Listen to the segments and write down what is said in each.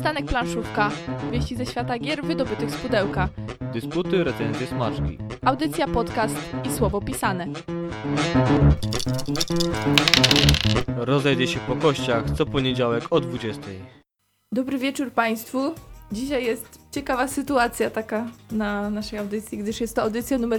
Przystanek Planszówka. Wieści ze świata gier wydobytych z pudełka. Dysputy, recenzje, smaczki. Audycja, podcast i słowo pisane. Rozejdzie się po kościach co poniedziałek o 20:00. Dobry wieczór Państwu. Dzisiaj jest ciekawa sytuacja taka na naszej audycji, gdyż jest to audycja numer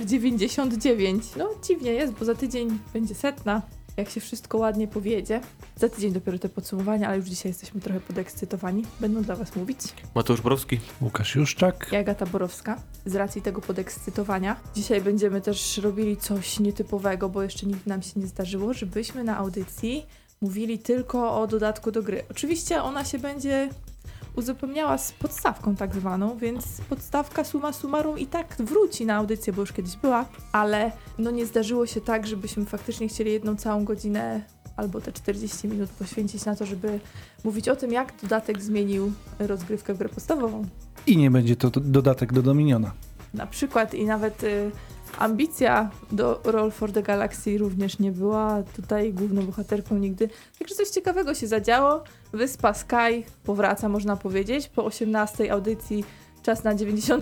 99. No dziwnie jest, bo za tydzień będzie 100, jak się wszystko ładnie powiedzie. Za tydzień dopiero te podsumowania, ale już dzisiaj jesteśmy trochę podekscytowani. Będą dla Was mówić Mateusz Borowski. Łukasz Juszczak. i Agata Borowska. Z racji tego podekscytowania dzisiaj będziemy też robili coś nietypowego, bo jeszcze nigdy nam się nie zdarzyło, żebyśmy na audycji mówili tylko o dodatku do gry. Oczywiście ona się będzie uzupełniała z podstawką tak zwaną, więc podstawka summa summarum i tak wróci na audycję, bo już kiedyś była, ale no nie zdarzyło się tak, żebyśmy faktycznie chcieli jedną całą godzinę albo te 40 minut poświęcić na to, żeby mówić o tym, jak dodatek zmienił rozgrywkę w grę podstawową. I nie będzie to dodatek do Dominiona. Na przykład i nawet ambicja do Roll for the Galaxy również nie była tutaj główną bohaterką nigdy. Także coś ciekawego się zadziało. Wyspa Sky powraca, można powiedzieć. Po 18 audycji czas na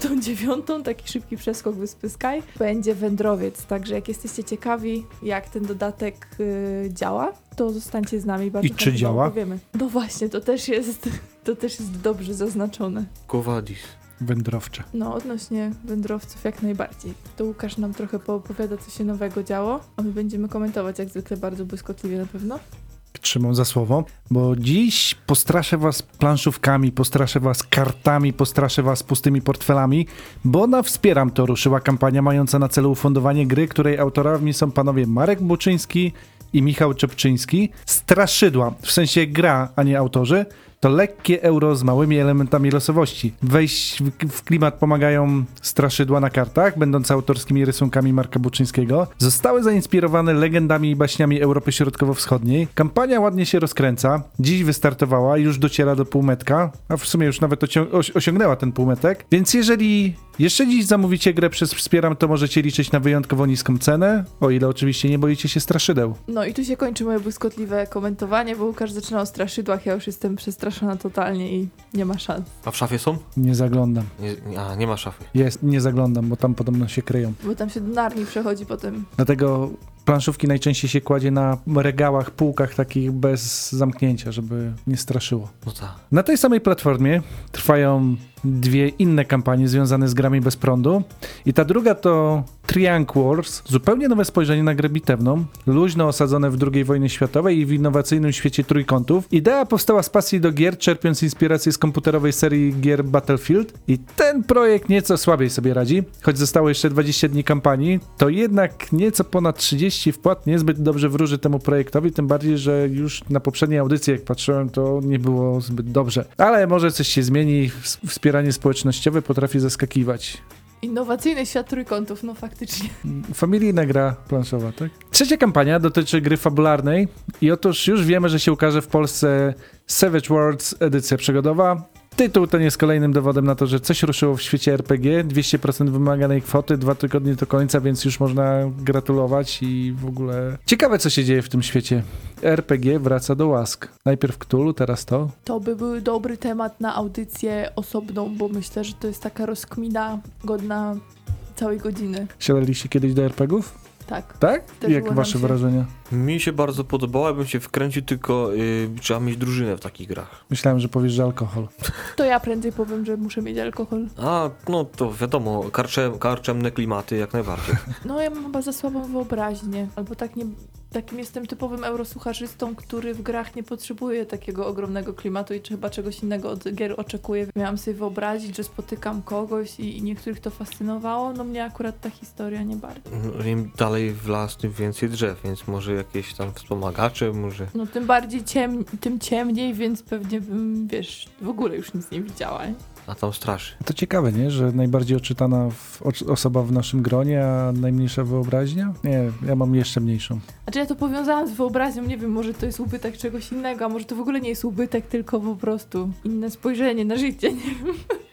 99. Taki szybki przeskok Wyspy Sky. Będzie Wędrowiec. Także jak jesteście ciekawi, jak ten dodatek działa, to zostańcie z nami. Bardzo I czy działa? opowiemy. No właśnie, to też jest dobrze zaznaczone. Kowadis. Wędrowcze. No, odnośnie wędrowców jak najbardziej. To Łukasz nam trochę poopowiada, co się nowego działo, a my będziemy komentować jak zwykle bardzo błyskotliwie na pewno. Trzymam za słowo, bo dziś postraszę was planszówkami, postraszę was kartami, postraszę was pustymi portfelami, bo na Wspieram to ruszyła kampania mająca na celu ufundowanie gry, której autorami są panowie Marek Buczyński i Michał Czepczyński. Straszydła, w sensie gra, a nie autorzy, to lekkie euro z małymi elementami losowości. Wejść w klimat pomagają straszydła na kartach, będące autorskimi rysunkami Marka Buczyńskiego. Zostały zainspirowane legendami i baśniami Europy Środkowo-Wschodniej. Kampania ładnie się rozkręca. Dziś wystartowała, już dociera do półmetka, a w sumie już nawet osiągnęła ten półmetek. Więc jeżeli jeszcze dziś zamówicie grę przez Wspieram, to możecie liczyć na wyjątkowo niską cenę, o ile oczywiście nie boicie się straszydeł. No i tu się kończy moje błyskotliwe komentowanie, bo Łukasz zaczyna o straszydłach, ja już jestem przestraszona totalnie i nie ma szans. A w szafie są? Nie zaglądam. Nie ma szafy. Nie zaglądam, bo tam podobno się kryją. Bo tam się do Narni przechodzi potem. Dlatego planszówki najczęściej się kładzie na regałach, półkach takich bez zamknięcia, żeby nie straszyło. No tak. Na tej samej platformie trwają dwie inne kampanie związane z grami bez prądu i ta druga to Triangle Wars, zupełnie nowe spojrzenie na grę bitewną, luźno osadzone w II wojnie światowej i w innowacyjnym świecie trójkątów. Idea powstała z pasji do gier, czerpiąc inspirację z komputerowej serii gier Battlefield i ten projekt nieco słabiej sobie radzi, choć zostało jeszcze 20 dni kampanii, to jednak nieco ponad 30 wpłat niezbyt dobrze wróży temu projektowi, tym bardziej, że już na poprzedniej audycji, jak patrzyłem, to nie było zbyt dobrze. Ale może coś się zmieni, wspieranie społecznościowe potrafi zaskakiwać. Innowacyjny świat trójkątów, no faktycznie. Familijna gra planszowa, tak? Trzecia kampania dotyczy gry fabularnej i otóż już wiemy, że się ukaże w Polsce Savage Worlds edycja przygodowa. Tytuł ten jest kolejnym dowodem na to, że coś ruszyło w świecie RPG, 200% wymaganej kwoty, 2 tygodnie do końca, więc już można gratulować i w ogóle... Ciekawe, co się dzieje w tym świecie. RPG wraca do łask. Najpierw Cthulhu, teraz to. To by był dobry temat na audycję osobną, bo myślę, że to jest taka rozkmina godna całej godziny. Siadaliście kiedyś do RPGów? Tak. Tak? Zdarzyło Jak nam wasze się. wrażenia? Mi się bardzo podobało, bym się wkręcił, tylko trzeba mieć drużynę w takich grach. Myślałem, że powiesz, że alkohol. To ja prędzej powiem, że muszę mieć alkohol. A, no to wiadomo, karczemne klimaty jak najbardziej. No ja mam chyba za słabą wyobraźnię, albo takim jestem typowym eurosucharzystą, który w grach nie potrzebuje takiego ogromnego klimatu i chyba czegoś innego od gier oczekuje. Miałam sobie wyobrazić, że spotykam kogoś i niektórych to fascynowało, no mnie akurat ta historia nie bardzo. Im dalej w las, tym więcej drzew, więc może jakieś tam wspomagacze, może... No tym bardziej tym ciemniej, więc pewnie bym, wiesz, w ogóle już nic nie widziała. Nie? A tam straszy. To ciekawe, nie? Że najbardziej odczytana osoba w naszym gronie, a najmniejsza wyobraźnia? Nie, ja mam jeszcze mniejszą. Znaczy ja to powiązałam z wyobraźnią, nie wiem, może to jest ubytek czegoś innego, a może to w ogóle nie jest ubytek, tylko po prostu inne spojrzenie na życie, nie wiem.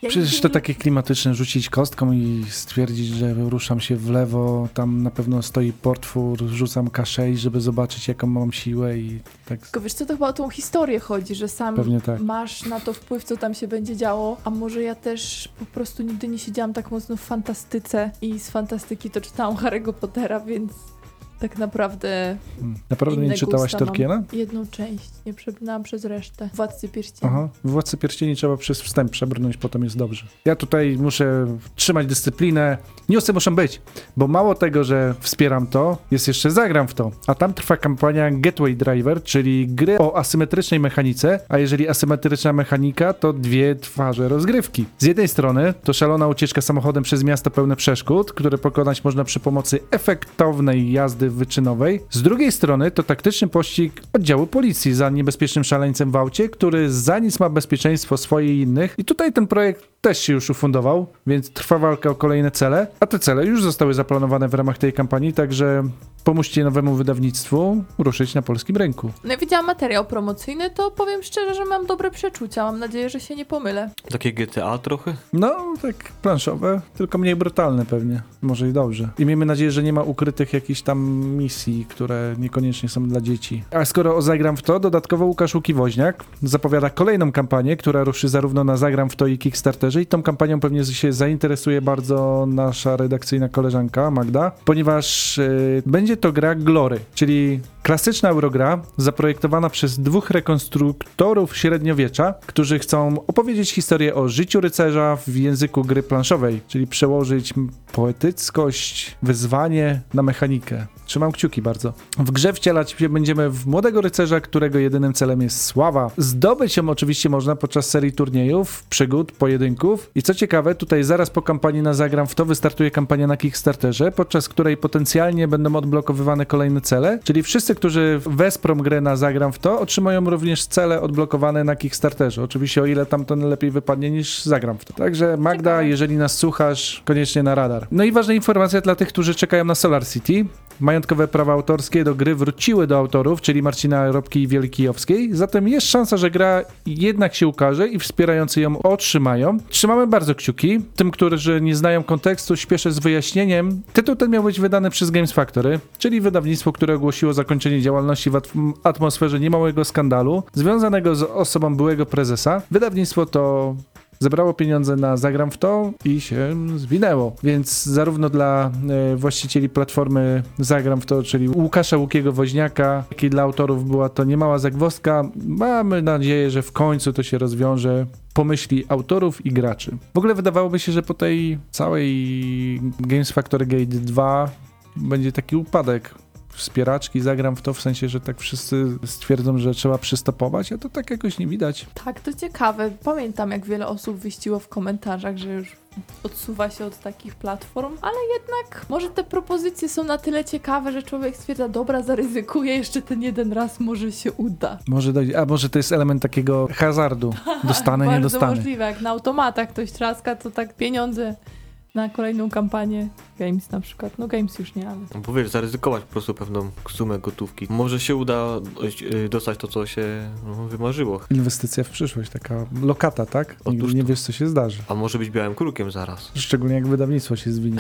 Przecież to takie klimatyczne, rzucić kostką i stwierdzić, że ruszam się w lewo, tam na pewno stoi portfór, rzucam K6, żeby zobaczyć jaką mam siłę i tak. Tylko wiesz co, to chyba o tą historię chodzi, że sam Pewnie tak. masz na to wpływ, co tam się będzie działo, a może ja też po prostu nigdy nie siedziałam tak mocno w fantastyce i z fantastyki to czytałam Harry'ego Pottera, więc tak naprawdę Naprawdę nie inne czytałaś gusta mam. Tolkiena? Jedną część, nie przebrnęłam przez resztę. Władcy Pierścieni. Aha, w Władcy Pierścieni trzeba przez wstęp przebrnąć, potem jest dobrze. Ja tutaj muszę trzymać dyscyplinę, newsy muszą być, bo mało tego, że wspieram to, jest jeszcze zagram w to, a tam trwa kampania Gateway Driver, czyli gry o asymetrycznej mechanice, a jeżeli asymetryczna mechanika, to dwie twarze rozgrywki. Z jednej strony to szalona ucieczka samochodem przez miasto pełne przeszkód, które pokonać można przy pomocy efektownej jazdy wyczynowej. Z drugiej strony to taktyczny pościg oddziału policji za niebezpiecznym szaleńcem w aucie, który za nic ma bezpieczeństwo swoje i innych. I tutaj ten projekt też się już ufundował, więc trwa walka o kolejne cele, a te cele już zostały zaplanowane w ramach tej kampanii, także pomóżcie nowemu wydawnictwu ruszyć na polskim rynku. No ja widziałam materiał promocyjny, to powiem szczerze, że mam dobre przeczucia. Mam nadzieję, że się nie pomylę. Takie GTA trochę? No, tak planszowe, tylko mniej brutalne pewnie. Może i dobrze. I miejmy nadzieję, że nie ma ukrytych jakichś tam misji, które niekoniecznie są dla dzieci. A skoro zagram w to, dodatkowo Łukasz Łuki-Woźniak zapowiada kolejną kampanię, która ruszy zarówno na Zagram w to i Kickstarterze i tą kampanią pewnie się zainteresuje bardzo nasza redakcyjna koleżanka Magda, ponieważ będzie to gra Glory, czyli klasyczna eurogra zaprojektowana przez dwóch rekonstruktorów średniowiecza, którzy chcą opowiedzieć historię o życiu rycerza w języku gry planszowej, czyli przełożyć poetyckość, wyzwanie na mechanikę. Trzymam kciuki bardzo. W grze wcielać się będziemy w młodego rycerza, którego jedynym celem jest sława. Zdobyć ją oczywiście można podczas serii turniejów, przygód, pojedynków i co ciekawe, tutaj zaraz po kampanii na Zagram w to wystartuje kampania na Kickstarterze, podczas której potencjalnie będą odblokowywane kolejne cele, czyli wszyscy, którzy wesprą grę na Zagram w to, otrzymają również cele odblokowane na Kickstarterze. Oczywiście o ile tamten lepiej wypadnie niż Zagram w to. Także Magda, Ciekawe. jeżeli nas słuchasz, koniecznie na radar. No i ważna informacja dla tych, którzy czekają na Solar City. Majątkowe prawa autorskie do gry wróciły do autorów, czyli Marcina Robki i Wieli Kijowskiej, zatem jest szansa, że gra jednak się ukaże i wspierający ją otrzymają. Trzymamy bardzo kciuki. Tym, którzy nie znają kontekstu, śpieszę z wyjaśnieniem. Tytuł ten miał być wydany przez Games Factory, czyli wydawnictwo, które ogłosiło zakończenie działalności w atmosferze niemałego skandalu, związanego z osobą byłego prezesa. Wydawnictwo to zebrało pieniądze na Zagram w to i się zwinęło. Więc zarówno dla właścicieli platformy Zagram w to, czyli Łukasza Łukiego Woźniaka, jak i dla autorów była to niemała zagwozdka. Mamy nadzieję, że w końcu to się rozwiąże po myśli autorów i graczy. W ogóle wydawałoby się, że po tej całej Games Factory Gate 2 będzie taki upadek wspieraczki, Zagram w to, w sensie, że tak wszyscy stwierdzą, że trzeba przystopować, a to tak jakoś nie widać. Tak, to ciekawe. Pamiętam, jak wiele osób wyściło w komentarzach, że już odsuwa się od takich platform, ale jednak może te propozycje są na tyle ciekawe, że człowiek stwierdza, dobra, zaryzykuję jeszcze ten jeden raz, może się uda. Może dojdzie, a może to jest element takiego hazardu. Dostanę, nie Bardzo dostanę. możliwe, jak na automatach ktoś trzaska, to tak pieniądze na kolejną kampanię. Games na przykład. No Games już nie, ale... Bo wiesz, zaryzykować po prostu pewną sumę gotówki. Może się uda dostać to, co się wymarzyło. Inwestycja w przyszłość, taka lokata, tak? Nigdy Otóż nie to. wiesz, co się zdarzy. A może być białym krukiem zaraz. Szczególnie jak wydawnictwo się zwinie.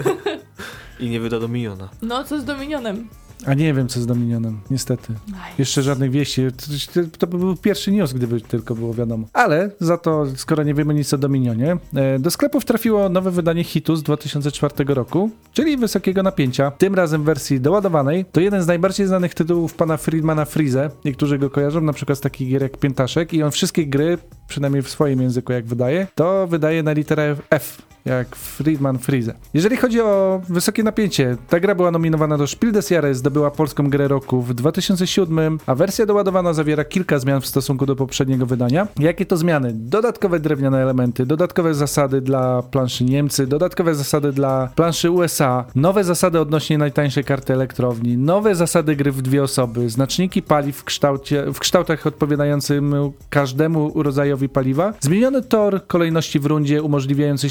I nie wyda do miliona. No, co z Dominionem? A nie wiem, co z Dominionem, niestety. Jeszcze żadnych wieści. To by był pierwszy news, gdyby tylko było wiadomo. Ale za to, skoro nie wiemy nic o Dominionie, do sklepów trafiło nowe wydanie hitu z 2004 roku, czyli Wysokiego Napięcia, tym razem w wersji doładowanej. To jeden z najbardziej znanych tytułów pana Friedmana Freeze. Niektórzy go kojarzą, na przykład z takich gier jak Piętaszek i on wszystkie gry, przynajmniej w swoim języku jak wydaje, to wydaje na literę F. Jak Friedman Freeze. Jeżeli chodzi o Wysokie Napięcie, ta gra była nominowana do Spiel des Jahres, zdobyła polską grę roku w 2007, a wersja doładowana zawiera kilka zmian w stosunku do poprzedniego wydania. Jakie to zmiany? Dodatkowe drewniane elementy, dodatkowe zasady dla planszy Niemcy, dodatkowe zasady dla planszy USA, nowe zasady odnośnie najtańszej karty elektrowni, nowe zasady gry w dwie osoby, znaczniki paliw w kształtach odpowiadającym każdemu rodzajowi paliwa, zmieniony tor kolejności w rundzie umożliwiający śledzenie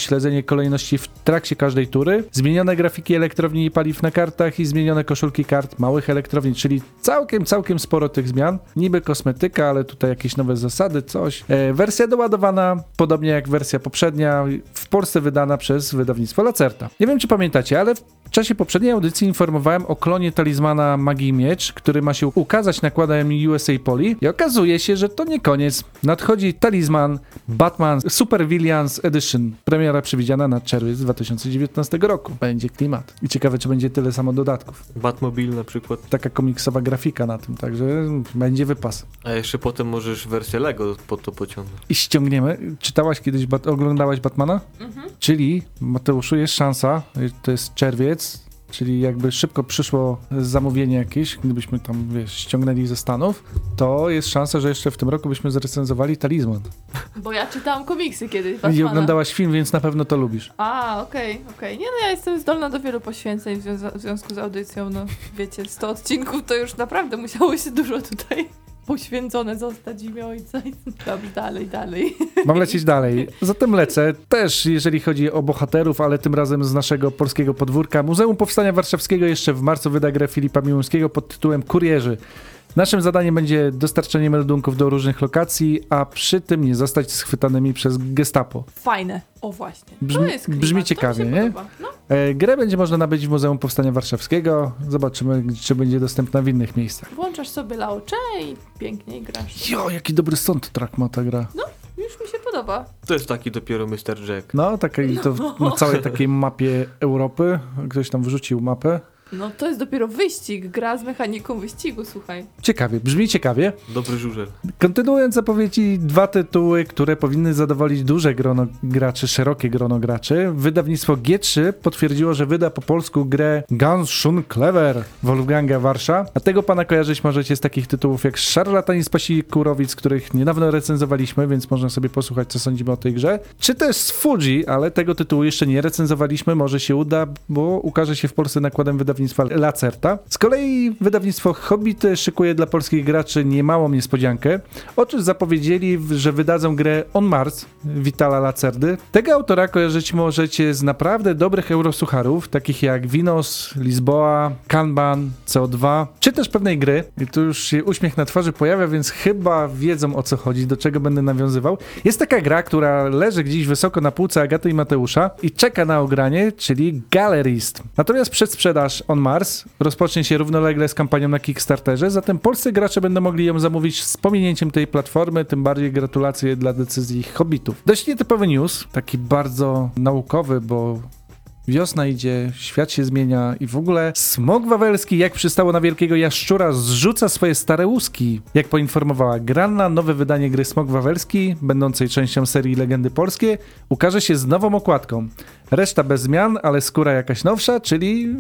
zmianie kolejności w trakcie każdej tury, zmienione grafiki elektrowni i paliw na kartach i zmienione koszulki kart małych elektrowni, czyli całkiem sporo tych zmian. Niby kosmetyka, ale tutaj jakieś nowe zasady, coś. Wersja doładowana, podobnie jak wersja poprzednia, w Polsce wydana przez wydawnictwo Lacerta. Nie wiem, czy pamiętacie, ale w czasie poprzedniej audycji informowałem o klonie talizmana Magii Miecz, który ma się ukazać nakładem USA Poly i okazuje się, że to nie koniec. Nadchodzi talizman Batman Super Villains Edition. Premiera przewidziana na czerwiec 2019 roku. Będzie klimat. I ciekawe, czy będzie tyle samo dodatków. Batmobile na przykład. Taka komiksowa grafika na tym, także będzie wypas. A jeszcze potem możesz wersję Lego pod to pociągnąć. I ściągniemy. Czytałaś kiedyś, oglądałaś Batmana? Czyli, Mateuszu, jest szansa, to jest czerwiec, czyli jakby szybko przyszło zamówienie jakieś, gdybyśmy tam, ściągnęli ze Stanów, to jest szansa, że jeszcze w tym roku byśmy zrecenzowali talizman. Bo ja czytałam komiksy kiedyś, I Batmana. oglądałaś film, więc na pewno to lubisz. Okej. Nie no, ja jestem zdolna do wielu poświęceń w związku z audycją, no wiecie, 100 odcinków to już naprawdę musiało się dużo tutaj poświęcone zostać imię ojca. Dobrze, dalej. Mam lecieć dalej. Zatem lecę też, jeżeli chodzi o bohaterów, ale tym razem z naszego polskiego podwórka. Muzeum Powstania Warszawskiego jeszcze w marcu wyda grę Filipa Miłuńskiego pod tytułem Kurierzy. Naszym zadaniem będzie dostarczenie meldunków do różnych lokacji, a przy tym nie zostać schwytanymi przez Gestapo. Fajne. O właśnie. To Brzmi- jest klimat, brzmi to ciekawie, mi się nie? podoba. No. Grę będzie można nabyć w Muzeum Powstania Warszawskiego. Zobaczymy, czy będzie dostępna w innych miejscach. Włączasz sobie laocze i pięknie grasz. Jo, jaki dobry soundtrack ma ta gra. Już mi się podoba. To jest taki dopiero Mr. Jack. No, takiej to na całej takiej mapie Europy. Ktoś tam wrzucił mapę. No to jest dopiero wyścig, gra z mechaniką wyścigu, słuchaj. Ciekawie, brzmi ciekawie. Dobry żużel. Kontynuując zapowiedzi, 2 tytuły, które powinny zadowolić duże grono graczy, szerokie grono graczy. Wydawnictwo G3 potwierdziło, że wyda po polsku grę Ganz schön clever Wolfganga Warsza. A tego pana kojarzyć możecie z takich tytułów jak Szarlatani z Pasi Kurowic, których niedawno recenzowaliśmy, więc można sobie posłuchać, co sądzimy o tej grze. Czy też z Fuji, ale tego tytułu jeszcze nie recenzowaliśmy, może się uda, bo ukaże się w Polsce nakładem wydawnictwa Lacerta. Z kolei wydawnictwo Hobbity szykuje dla polskich graczy niemałą niespodziankę. Otóż zapowiedzieli, że wydadzą grę On Mars Vitala Lacerdy. Tego autora kojarzyć możecie z naprawdę dobrych eurosucharów, takich jak Winos, Lisboa, Kanban, CO2, czy też pewnej gry. I tu już się uśmiech na twarzy pojawia, więc chyba wiedzą, o co chodzi, do czego będę nawiązywał. Jest taka gra, która leży gdzieś wysoko na półce Agaty i Mateusza i czeka na ogranie, czyli Gallerist. Natomiast przedsprzedaż On Mars rozpocznie się równolegle z kampanią na Kickstarterze, zatem polscy gracze będą mogli ją zamówić z pominięciem tej platformy, tym bardziej gratulacje dla decyzji Hobbitów. Dość nietypowy news, taki bardzo naukowy, bo wiosna idzie, świat się zmienia i w ogóle smok wawelski, jak przystało na wielkiego jaszczura, zrzuca swoje stare łuski. Jak poinformowała Granna, nowe wydanie gry Smok wawelski, będącej częścią serii Legendy Polskie, ukaże się z nową okładką. Reszta bez zmian, ale skóra jakaś nowsza, czyli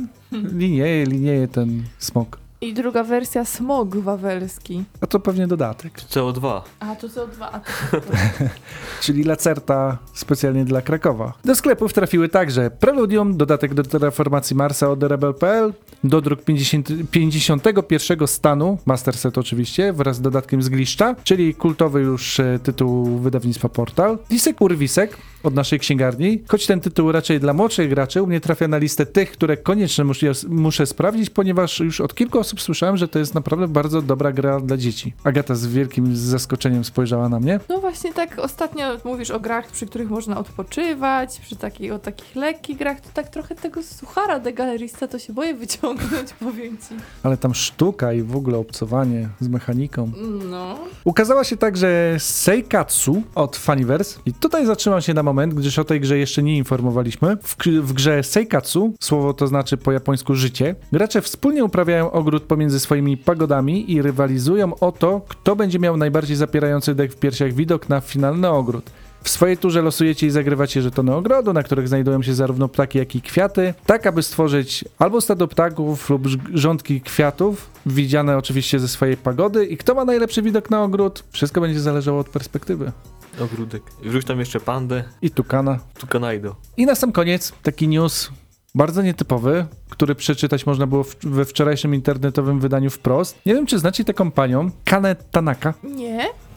linieje ten smok. I druga wersja Smog Wawelski. A to pewnie dodatek. CO2. A to są dwa. Czyli Lacerta specjalnie dla Krakowa. Do sklepów trafiły także Preludium, dodatek do Terraformacji Marsa od Rebel.pl, dodruk 51 stanu, Master Set oczywiście, wraz z dodatkiem z Gliszcza, czyli kultowy już tytuł wydawnictwa Portal. Lisek Urwisek od naszej księgarni, choć ten tytuł raczej dla młodszych graczy, u mnie trafia na listę tych, które koniecznie muszę sprawdzić, ponieważ już od kilku osób słyszałem, że to jest naprawdę bardzo dobra gra dla dzieci. Agata z wielkim zaskoczeniem spojrzała na mnie. No właśnie tak ostatnio mówisz o grach, przy których można odpoczywać, przy o takich lekkich grach, to tak trochę tego suchara de galerista to się boję wyciągnąć, powiem ci. Ale tam sztuka i w ogóle obcowanie z mechaniką. No. Ukazała się także Seikatsu od Funiverse i tutaj zatrzymam się na moment, gdyż o tej grze jeszcze nie informowaliśmy. W grze Seikatsu, słowo to znaczy po japońsku życie, gracze wspólnie uprawiają ogród pomiędzy swoimi pagodami i rywalizują o to, kto będzie miał najbardziej zapierający dech w piersiach widok na finalny ogród. W swojej turze losujecie i zagrywacie żetony ogrodu, na których znajdują się zarówno ptaki, jak i kwiaty, tak aby stworzyć albo stado ptaków lub rządki kwiatów, widziane oczywiście ze swojej pagody i kto ma najlepszy widok na ogród, wszystko będzie zależało od perspektywy. Ogródek. Wrzuć tam jeszcze pandę. I tukana. Tukanajdo. I na sam koniec taki news bardzo nietypowy, który przeczytać można było we wczorajszym internetowym wydaniu wprost. Nie wiem, czy znacie tę kompanię, Kane Tanaka. Nie?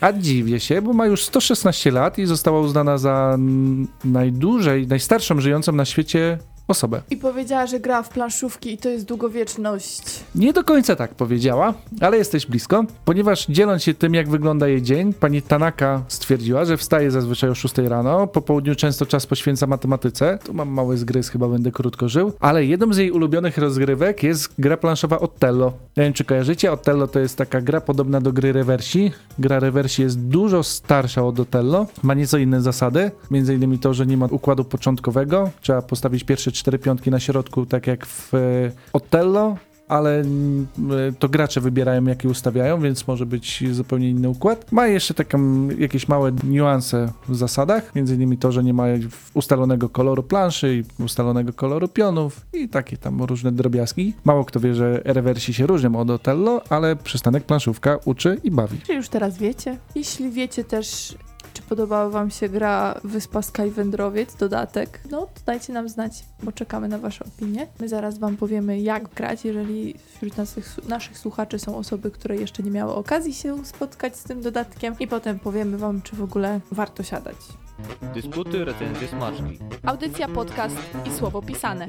A dziwię się, bo ma już 116 lat i została uznana za najstarszą żyjącą na świecie osobę. I powiedziała, że gra w planszówki i to jest długowieczność. Nie do końca tak powiedziała, ale jesteś blisko, ponieważ dzieląc się tym, jak wygląda jej dzień, pani Tanaka stwierdziła, że wstaje zazwyczaj o 6 rano, po południu często czas poświęca matematyce, tu mam mały zgryz, chyba będę krótko żył, ale jedną z jej ulubionych rozgrywek jest gra planszowa Othello. Nie wiem, czy kojarzycie, Othello to jest taka gra podobna do gry Reversi. Gra Reversi jest dużo starsza od Othello, ma nieco inne zasady, między innymi to, że nie ma układu początkowego, trzeba postawić pierwsze 4 piątki na środku, tak jak w Othello, ale to gracze wybierają, jakie ustawiają, więc może być zupełnie inny układ. Ma jeszcze taką jakieś małe niuanse w zasadach, między innymi to, że nie ma ustalonego koloru planszy i ustalonego koloru pionów i takie tam różne drobiazgi. Mało kto wie, że rewersi się różnią od Othello, ale przystanek planszówka uczy i bawi. Czy już teraz wiecie? Jeśli wiecie też, czy podobała wam się gra Wyspa Sky Wędrowiec, dodatek, no to dajcie nam znać, bo czekamy na wasze opinie. My zaraz wam powiemy, jak grać, jeżeli wśród naszych słuchaczy są osoby, które jeszcze nie miały okazji się spotkać z tym dodatkiem i potem powiemy wam, czy w ogóle warto siadać. Dysputy, recenzje, smaczki. Audycja, podcast i słowo pisane.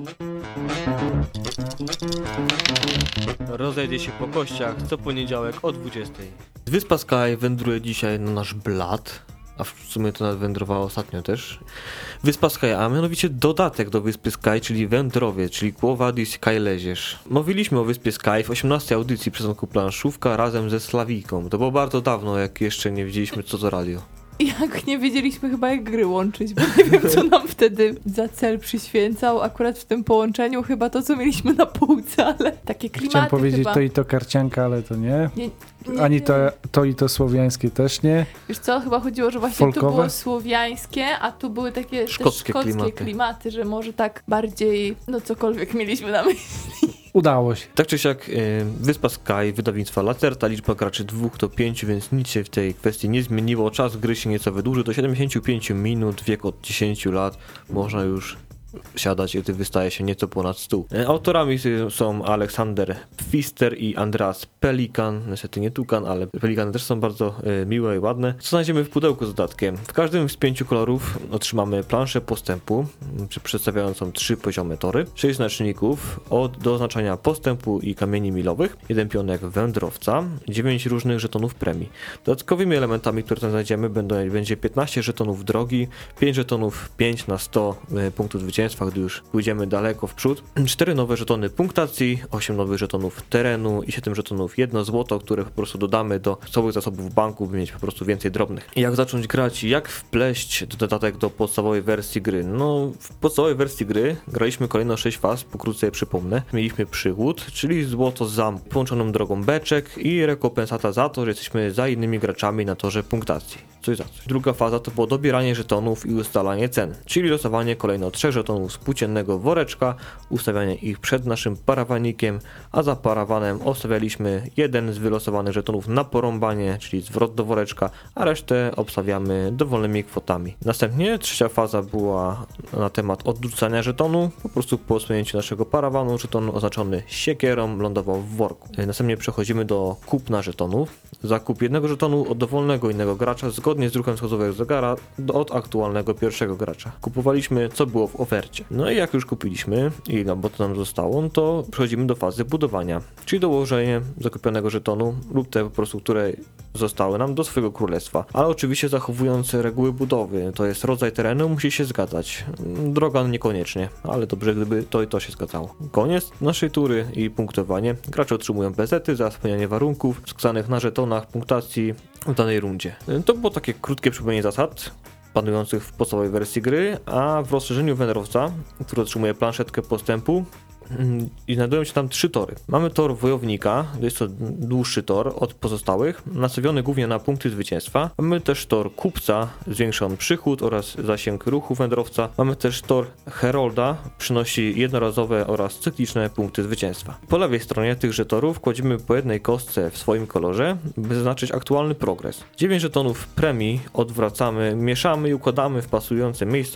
Rozejdzie się po kościach co poniedziałek o 20:00. Wyspa Sky wędruje dzisiaj na nasz blat, a w sumie to nawet wędrowała ostatnio też. Wyspa Sky, a mianowicie dodatek do Wyspy Sky, czyli wędrowiec, czyli Quo Vadis Sky Leziesz. Mówiliśmy o Wyspie Sky w 18 audycji przystanku planszówka razem ze Slawiką. To było bardzo dawno, jak jeszcze nie wiedzieliśmy, co to radio. Jak nie wiedzieliśmy chyba, jak gry łączyć, bo nie wiem, co nam wtedy za cel przyświęcał. Akurat w tym połączeniu chyba to, co mieliśmy na półce, ale takie klimaty Chciałem powiedzieć chyba. to i to karcianka, ale to nie. Nie, Ani to i to słowiańskie też nie. Wiesz co, chyba chodziło, że właśnie Folkowe? tu było słowiańskie, a tu były takie też szkockie klimaty, że może tak bardziej, no cokolwiek mieliśmy na myśli. Udało się. Tak czy siak, Wyspa Sky, wydawnictwa Lacerta, liczba graczy 2 do 5, więc nic się w tej kwestii nie zmieniło. Czas gry się nieco wydłuży do 75 minut, wiek od 10 lat. Można już siadać, gdy wystaje się nieco ponad 100. Autorami są Aleksander Pfister i Andreas Pelikan. Niestety nie Tukan, ale Pelikany też są bardzo miłe i ładne. Co znajdziemy w pudełku z dodatkiem? W każdym z 5 kolorów otrzymamy planszę postępu, przedstawiającą 3 poziome tory, 6 znaczników do oznaczania postępu i kamieni milowych, 1 pionek wędrowca, 9 różnych żetonów premii. Dodatkowymi elementami, które tam znajdziemy, będzie 15 żetonów drogi, 5 żetonów 5 na 100 punktów zwycięstwa, gdy już pójdziemy daleko w przód, 4 nowe żetony punktacji, 8 nowych żetonów terenu i 7 żetonów 1 złoto, które po prostu dodamy do całych zasobów banku, by mieć po prostu więcej drobnych. Jak zacząć grać? Jak wpleść dodatek do podstawowej wersji gry? No, w podstawowej wersji gry graliśmy kolejno 6 faz, pokrótce je przypomnę. Mieliśmy przygód, czyli złoto z zamku, połączoną drogą beczek i rekompensata za to, że jesteśmy za innymi graczami na torze punktacji. Coś za coś. Druga faza to było dobieranie żetonów i ustalanie cen, czyli losowanie kolejno 3 żetonów z płóciennego woreczka, ustawianie ich przed naszym parawanikiem, a za parawanem obstawialiśmy jeden z wylosowanych żetonów na porąbanie, czyli zwrot do woreczka, a resztę obstawiamy dowolnymi kwotami. Następnie trzecia faza była na temat odrzucania żetonu, po prostu po osłonięciu naszego parawanu żeton oznaczony siekierą lądował w worku. Następnie przechodzimy do kupna żetonów. Zakup jednego żetonu od dowolnego innego gracza zgodnie z drukiem wskazówek zegara od aktualnego pierwszego gracza. Kupowaliśmy, co było w ofercie. No i jak już kupiliśmy i bo to nam zostało, to przechodzimy do fazy budowania, czyli dołożenie zakupionego żetonu lub te po prostu, które zostały nam do swojego królestwa, ale oczywiście zachowując reguły budowy, to jest rodzaj terenu musi się zgadzać. Droga niekoniecznie, ale dobrze gdyby to i to się zgadzało. Koniec naszej tury i punktowanie. Gracze otrzymują pezety za spełnianie warunków wskazanych na żetonach punktacji w danej rundzie. To było takie krótkie przypomnienie zasad panujących w podstawowej wersji gry, a w rozszerzeniu wędrowca, który otrzymuje planszetkę postępu, i znajdują się tam 3 tory. Mamy tor wojownika, jest to dłuższy tor od pozostałych, nastawiony głównie na punkty zwycięstwa. Mamy też tor kupca, zwiększa on przychód oraz zasięg ruchu wędrowca. Mamy też tor herolda, przynosi jednorazowe oraz cykliczne punkty zwycięstwa. Po lewej stronie tychże torów kładziemy po jednej kostce w swoim kolorze, by zaznaczyć aktualny progres. 9 żetonów premii odwracamy, mieszamy i układamy w pasujące miejsca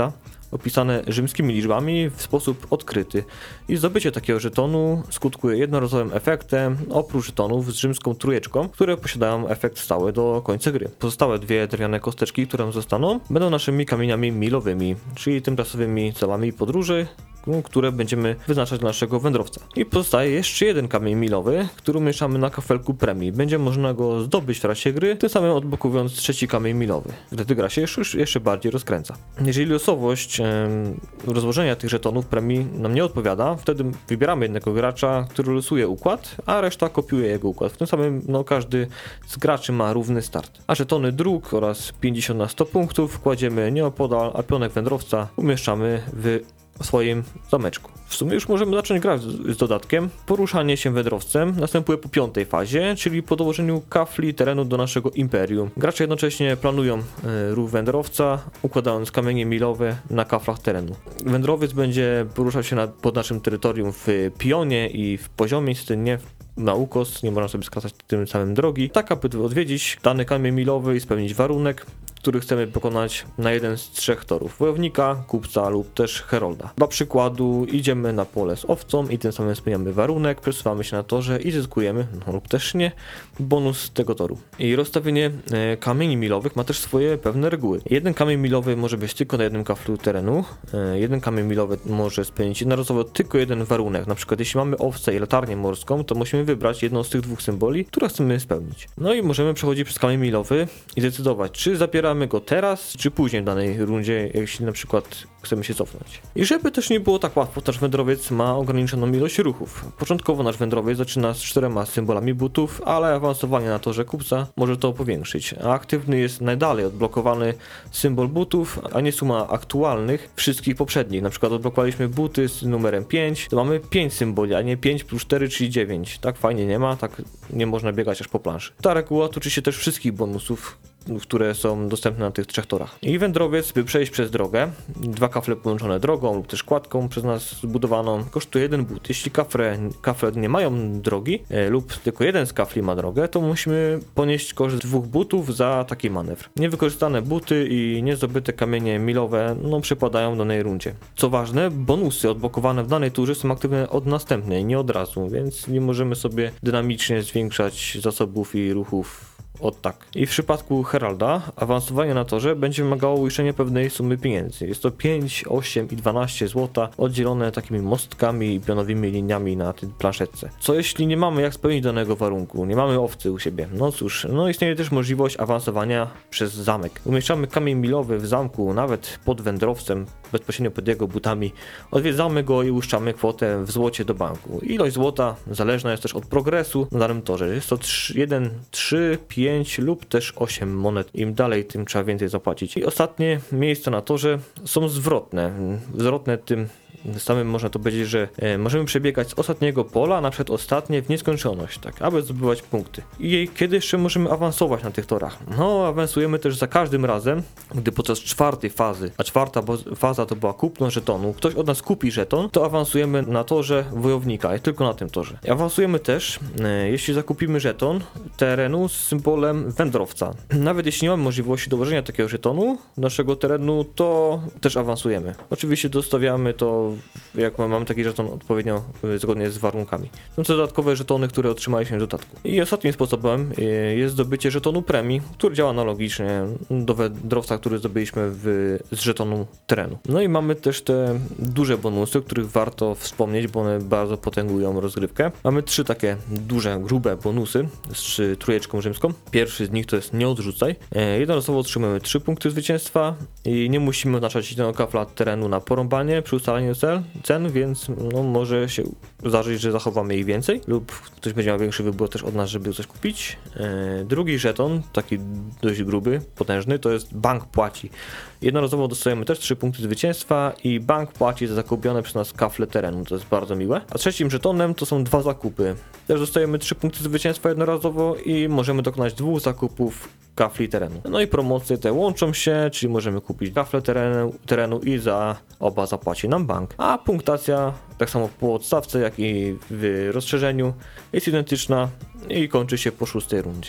opisane rzymskimi liczbami w sposób odkryty. I zdobycie takiego żetonu skutkuje jednorazowym efektem, oprócz żetonów z rzymską trójeczką, które posiadają efekt stały do końca gry. Pozostałe dwie drewniane kosteczki, które nam zostaną, będą naszymi kamieniami milowymi, czyli tymczasowymi celami podróży, które będziemy wyznaczać dla naszego wędrowca. I pozostaje jeszcze jeden kamień milowy, który umieszczamy na kafelku premii. Będzie można go zdobyć w trakcie gry, tym samym odblokowując trzeci kamień milowy. Wtedy gra się jeszcze bardziej rozkręca. Jeżeli losowość rozłożenia tych żetonów premii nam nie odpowiada, wtedy wybieramy jednego gracza, który losuje układ, a reszta kopiuje jego układ. W tym samym każdy z graczy ma równy start. A żetony dróg oraz 50 na 100 punktów kładziemy nieopodal, a pionek wędrowca umieszczamy w swoim zameczku. W sumie już możemy zacząć grać z dodatkiem. Poruszanie się wędrowcem następuje po 5. fazie, czyli po dołożeniu kafli terenu do naszego imperium. Gracze jednocześnie planują ruch wędrowca, układając kamienie milowe na kaflach terenu. Wędrowiec będzie poruszał się pod naszym terytorium w pionie i w poziomie, niestety nie na ukos, nie można sobie skracać tym samym drogi, tak aby odwiedzić dany kamień milowy i spełnić warunek, który chcemy pokonać na jeden z 3 torów: wojownika, kupca lub też herolda. Dla przykładu idziemy na pole z owcą i tym samym spełniamy warunek, przesuwamy się na torze i zyskujemy, lub też nie, bonus tego toru. I rozstawienie kamieni milowych ma też swoje pewne reguły. Jeden kamień milowy może być tylko na jednym kaflu terenu, jeden kamień milowy może spełnić jednorazowo tylko jeden warunek. Na przykład jeśli mamy owcę i latarnię morską, to musimy wybrać jedną z tych 2 symboli, które chcemy spełnić. No i możemy przechodzić przez kamień milowy i decydować, czy zabieramy go teraz, czy później w danej rundzie, jeśli na przykład chcemy się cofnąć. I żeby też nie było tak łatwo, nasz wędrowiec ma ograniczoną ilość ruchów. Początkowo nasz wędrowiec zaczyna z 4 symbolami butów, ale awansowanie na torze kupca może to powiększyć. A aktywny jest najdalej odblokowany symbol butów, a nie suma aktualnych wszystkich poprzednich. Na przykład odblokowaliśmy buty z numerem 5, to mamy 5 symboli, a nie 5 plus 4, czyli 9. Tak fajnie nie ma, tak nie można biegać aż po planszy. Ta reguła tyczy się też wszystkich bonusów, które są dostępne na tych 3 torach. I wędrowiec, by przejść przez drogę, 2 kafle połączone drogą lub też kładką przez nas zbudowaną, kosztuje 1 but. Jeśli kafle nie mają drogi lub tylko jeden z kafli ma drogę, to musimy ponieść koszt 2 butów za taki manewr. Niewykorzystane buty i niezdobyte kamienie milowe przypadają w danej rundzie. Co ważne, bonusy odblokowane w danej turze są aktywne od następnej, nie od razu, więc nie możemy sobie dynamicznie zwiększać zasobów i ruchów tak. I w przypadku heralda awansowanie na torze będzie wymagało uiszczenia pewnej sumy pieniędzy. Jest to 5, 8 i 12 zł oddzielone takimi mostkami i pionowymi liniami na tej planszetce. Co jeśli nie mamy jak spełnić danego warunku, nie mamy owcy u siebie? No cóż, istnieje też możliwość awansowania przez zamek. Umieszczamy kamień milowy w zamku, nawet pod wędrowcem, bezpośrednio pod jego butami. Odwiedzamy go i uiszczamy kwotę w złocie do banku. Ilość złota zależna jest też od progresu na danym torze. Jest to 1, 3, 5 lub też 8 monet. Im dalej, tym trzeba więcej zapłacić. I ostatnie miejsca na torze są zwrotne. Zwrotne tym samym można to powiedzieć, że możemy przebiegać z ostatniego pola na przedostatnie w nieskończoność, tak, aby zdobywać punkty. I kiedy jeszcze możemy awansować na tych torach? Awansujemy też za każdym razem, gdy podczas 4. fazy, a 4. faza to była kupno żetonu, ktoś od nas kupi żeton, to awansujemy na torze wojownika i tylko na tym torze. Awansujemy też, jeśli zakupimy żeton terenu z symbolem wędrowca. Nawet jeśli nie mamy możliwości dołożenia takiego żetonu do naszego terenu, to też awansujemy. Oczywiście dostawiamy to, jak mamy taki żeton odpowiednio zgodnie z warunkami. Są to dodatkowe żetony, które otrzymaliśmy w dodatku. I ostatnim sposobem jest zdobycie żetonu premii, który działa analogicznie do wędrowca, który zdobyliśmy z żetonu terenu. No i mamy też te duże bonusy, o których warto wspomnieć, bo one bardzo potęgują rozgrywkę. Mamy 3 takie duże, grube bonusy z trójeczką rzymską. Pierwszy z nich to jest nie odrzucaj. Jednorazowo otrzymujemy 3 punkty zwycięstwa i nie musimy oznaczać jednego kafla terenu na porąbanie przy ustalaniu cen, więc może się zdarzyć, że zachowamy ich więcej lub ktoś będzie miał większy wybór też od nas, żeby coś kupić. Drugi żeton, taki dość gruby, potężny, to jest bank płaci. Jednorazowo dostajemy też 3 punkty zwycięstwa i bank płaci za zakupione przez nas kafle terenu, to jest bardzo miłe. A trzecim żetonem to są 2 zakupy. Też dostajemy 3 punkty zwycięstwa jednorazowo i możemy dokonać 2 zakupów kafli terenu. No i promocje te łączą się, czyli możemy kupić kafle terenu i za oba zapłaci nam bank. A punktacja, tak samo po podstawce, jak i w rozszerzeniu, jest identyczna i kończy się po 6. rundzie.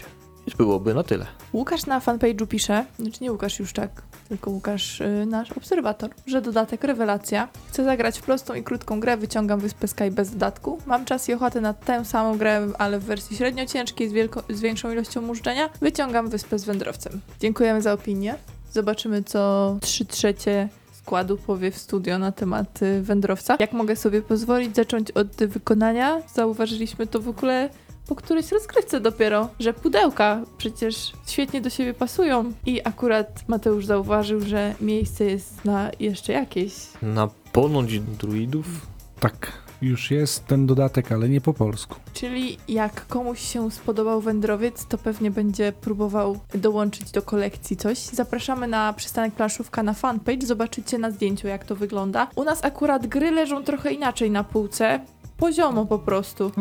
już byłoby na tyle. Łukasz na fanpage'u pisze, znaczy nie Łukasz już tak, tylko Łukasz, nasz obserwator, że dodatek rewelacja. Chcę zagrać w prostą i krótką grę, wyciągam Wyspę Sky bez dodatku. Mam czas i ochotę na tę samą grę, ale w wersji średnio ciężkiej, z większą ilością mużdżenia. Wyciągam Wyspę z wędrowcem. Dziękujemy za opinię. Zobaczymy, co 3/3 składu powie w studio na temat wędrowca. Jak mogę sobie pozwolić zacząć od wykonania? Zauważyliśmy to w ogóle po którejś rozgrywce dopiero, że pudełka przecież świetnie do siebie pasują i akurat Mateusz zauważył, że miejsce jest na jeszcze jakieś. Na ponoć druidów? Tak, już jest ten dodatek, ale nie po polsku. Czyli jak komuś się spodobał wędrowiec, to pewnie będzie próbował dołączyć do kolekcji coś. Zapraszamy na przystanek planszówka na fanpage, zobaczycie na zdjęciu, jak to wygląda. U nas akurat gry leżą trochę inaczej na półce, poziomo po prostu.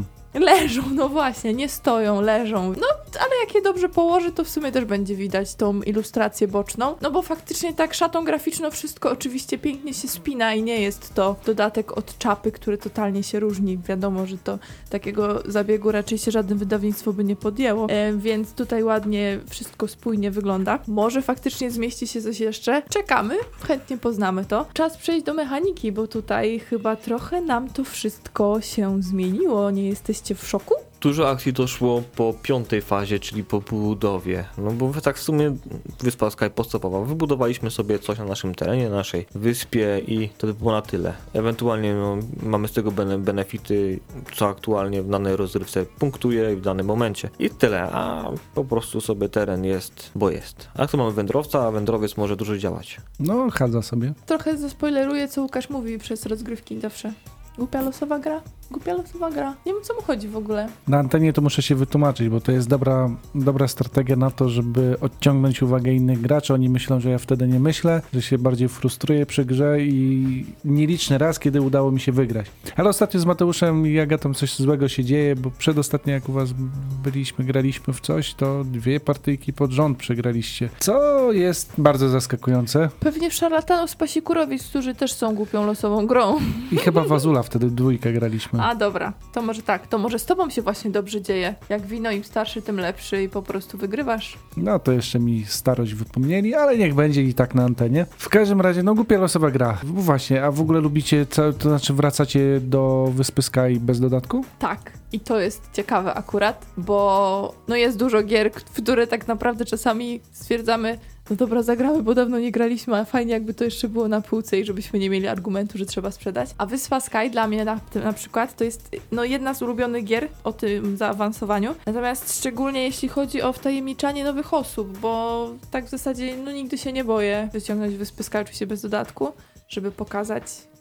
Leżą, no właśnie, nie stoją, leżą. No, ale jak je dobrze położy, to w sumie też będzie widać tą ilustrację boczną. No bo faktycznie tak szatą graficzną wszystko oczywiście pięknie się spina i nie jest to dodatek od czapy, który totalnie się różni. Wiadomo, że to takiego zabiegu raczej się żadne wydawnictwo by nie podjęło, więc tutaj ładnie wszystko spójnie wygląda. Może faktycznie zmieści się coś jeszcze. Czekamy, chętnie poznamy to. Czas przejść do mechaniki, bo tutaj chyba trochę nam to wszystko się zmieniło. Nie jesteście w szoku? Dużo akcji doszło po 5. fazie, czyli po budowie. No bo tak w sumie Wyspa Sky podstawowa. Wybudowaliśmy sobie coś na naszym terenie, na naszej wyspie i to by było na tyle. Ewentualnie mamy z tego benefity, co aktualnie w danej rozrywce punktuje w danym momencie. I tyle, a po prostu sobie teren jest, bo jest. A tu mamy wędrowca, a wędrowiec może dużo działać. No, chadza sobie. Trochę zaspoileruję, co Łukasz mówi przez rozgrywki zawsze. Głupia losowa gra? Głupia losowa gra. Nie wiem, o co mu chodzi w ogóle. Na antenie to muszę się wytłumaczyć, bo to jest dobra strategia na to, żeby odciągnąć uwagę innych graczy. Oni myślą, że ja wtedy nie myślę, że się bardziej frustruję przy grze i nieliczny raz, kiedy udało mi się wygrać. Ale ostatnio z Mateuszem i Agatą coś złego się dzieje, bo przedostatnio jak u was graliśmy w coś, to 2 partyjki pod rząd przegraliście. Co jest bardzo zaskakujące. Pewnie w Szarlatanów z Pasikurowic, którzy też są głupią losową grą. I chyba w Azula wtedy 2 graliśmy. A dobra, to może tak, to może z tobą się właśnie dobrze dzieje. Jak wino im starszy, tym lepszy i po prostu wygrywasz. No to jeszcze mi starość wypomnieli, ale niech będzie i tak na antenie. W każdym razie, no głupia losowa gra. Właśnie, a w ogóle lubicie, to znaczy wracacie do Wyspy Sky bez dodatku? Tak. I to jest ciekawe akurat, bo no jest dużo gier, w które tak naprawdę czasami stwierdzamy, no dobra, zagramy, bo dawno nie graliśmy, a fajnie jakby to jeszcze było na półce i żebyśmy nie mieli argumentu, że trzeba sprzedać. A Wyspa Sky dla mnie na przykład to jest no jedna z ulubionych gier o tym zaawansowaniu. Natomiast szczególnie jeśli chodzi o wtajemniczanie nowych osób, bo tak w zasadzie no nigdy się nie boję wyciągnąć Wyspy Sky oczywiście bez dodatku, żeby pokazać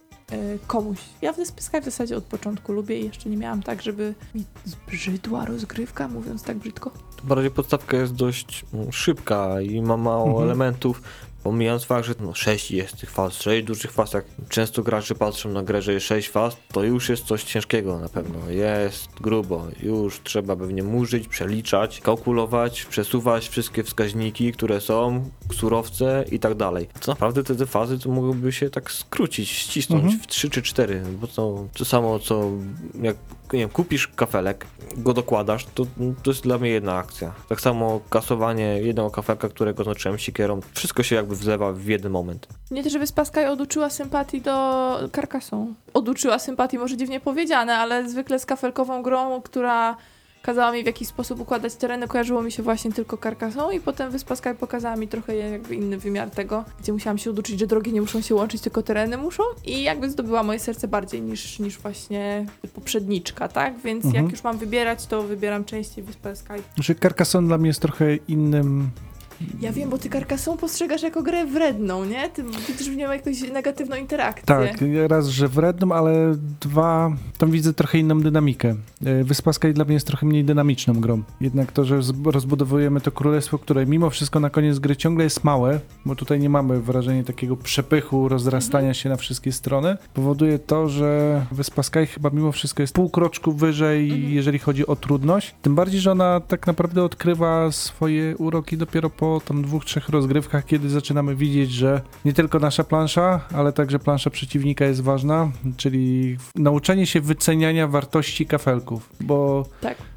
komuś. Ja w Wyspy Sky w zasadzie od początku lubię i jeszcze nie miałam tak, żeby mi zbrzydła rozgrywka, mówiąc tak brzydko. Bardziej podstawka jest dość szybka i ma mało elementów. Pomijając fakt, że 6 jest tych faz, 6 dużych faz, jak często gracze patrzą na grę, że jest 6 faz, to już jest coś ciężkiego na pewno. Jest grubo, już trzeba pewnie murzyć, przeliczać, kalkulować, przesuwać wszystkie wskaźniki, które są, surowce i tak dalej. To naprawdę te fazy to mogłyby się tak skrócić, ścisnąć w 3 czy 4, bo to samo co jak nie wiem, kupisz kafelek, go dokładasz, to jest dla mnie jedna akcja. Tak samo kasowanie jednego kafelka, którego znaczyłem siekierą, wszystko się jakby wlewa w jeden moment. Nie to, że Wyspa Sky oduczyła sympatii do Carcassonne. Oduczyła sympatii, może dziwnie powiedziane, ale zwykle z kafelkową grą, która kazała mi w jakiś sposób układać tereny, kojarzyło mi się właśnie tylko Carcassonne i potem Wyspa Sky pokazała mi trochę jakby inny wymiar tego, gdzie musiałam się oduczyć, że drogi nie muszą się łączyć, tylko tereny muszą i jakby zdobyła moje serce bardziej niż właśnie poprzedniczka, tak? Więc jak już mam wybierać, to wybieram częściej Wyspę Sky. Znaczy Carcassonne dla mnie jest trochę innym. Ja wiem, bo ty Carcassonne postrzegasz jako grę wredną, nie? Ty widzisz w niej jakąś negatywną interakcję. Tak, raz, że wredną, ale 2, tam widzę trochę inną dynamikę. Wyspa Sky dla mnie jest trochę mniej dynamiczną grą. Jednak to, że rozbudowujemy to królestwo, które mimo wszystko na koniec gry ciągle jest małe, bo tutaj nie mamy wrażenia takiego przepychu, rozrastania się na wszystkie strony, powoduje to, że Wyspa Sky chyba mimo wszystko jest pół kroczku wyżej, jeżeli chodzi o trudność. Tym bardziej, że ona tak naprawdę odkrywa swoje uroki dopiero po tam 2-3 rozgrywkach, kiedy zaczynamy widzieć, że nie tylko nasza plansza, ale także plansza przeciwnika jest ważna, czyli nauczenie się wyceniania wartości kafelków, bo Tak.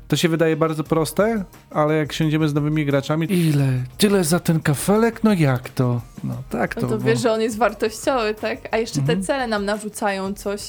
To się wydaje bardzo proste, ale jak siądziemy z nowymi graczami, ile? Tyle za ten kafelek? No jak to? No tak to. No to bo- wiesz, że on jest wartościowy, tak? A jeszcze te Mhm. cele nam narzucają coś